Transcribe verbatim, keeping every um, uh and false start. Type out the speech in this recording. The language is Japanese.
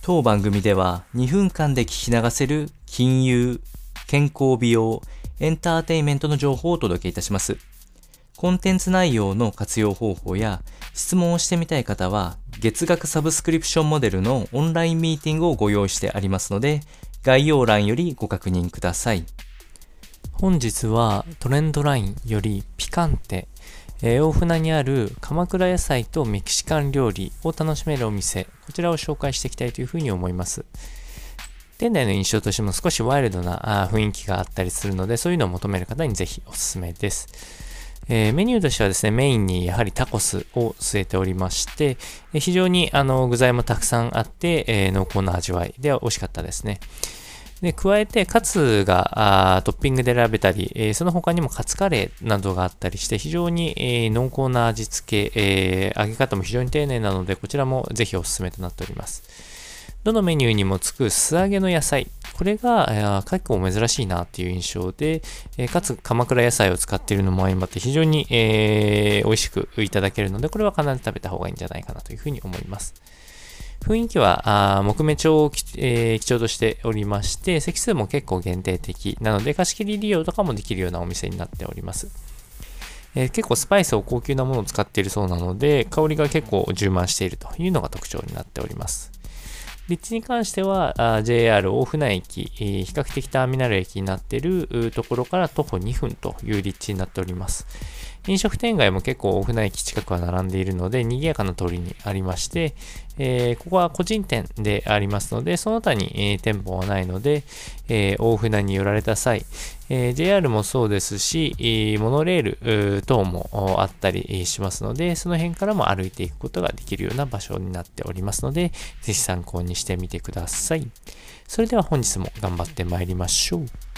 当番組ではにふんかんで聞き流せる金融、健康美容、エンターテインメントの情報をお届けいたします。コンテンツ内容の活用方法や質問をしてみたい方は月額サブスクリプションモデルのオンラインミーティングをご用意してありますので、概要欄よりご確認ください。 本日はトレンドラインよりピカンテ、えー、大船にある鎌倉野菜とメキシカン料理を楽しめるお店、こちらを紹介していきたいというふうに思います。店内の印象としても少しワイルドな雰囲気があったりするので、そういうのを求める方にぜひおすすめです。えー、メニューとしてはですね、メインにやはりタコスを据えておりまして、えー、非常にあの具材もたくさんあって、えー、濃厚な味わいでは美味しかったですね。で、加えてカツがトッピングで選べたり、えー、その他にもカツカレーなどがあったりして、非常に、えー、濃厚な味付け、えー、揚げ方も非常に丁寧なので、こちらもぜひおすすめとなっております。どのメニューにもつく素揚げの野菜、これが結構珍しいなっていう印象で、えー、かつ鎌倉野菜を使っているのも相まって非常に、えー、美味しくいただけるので、これは必ず食べた方がいいんじゃないかなというふうに思います。雰囲気は木目調を、えー、基調としておりまして、席数も結構限定的なので、貸し切り利用とかもできるようなお店になっております。えー、結構スパイスを高級なものを使っているそうなので、香りが結構充満しているというのが特徴になっております。立地に関しては ジェイアール 大船駅、比較的ターミナル駅になっているところから徒歩にふんという立地になっております。飲食店街も結構大船駅近くは並んでいるので賑やかな通りにありまして、えー、ここは個人店でありますので、その他に、えー、店舗はないので、えー、大船に寄られた際、えー、ジェイアール もそうですし、えー、モノレール等もあったりしますので、その辺からも歩いていくことができるような場所になっておりますので、ぜひ参考にしてみてください。それでは本日も頑張ってまいりましょう。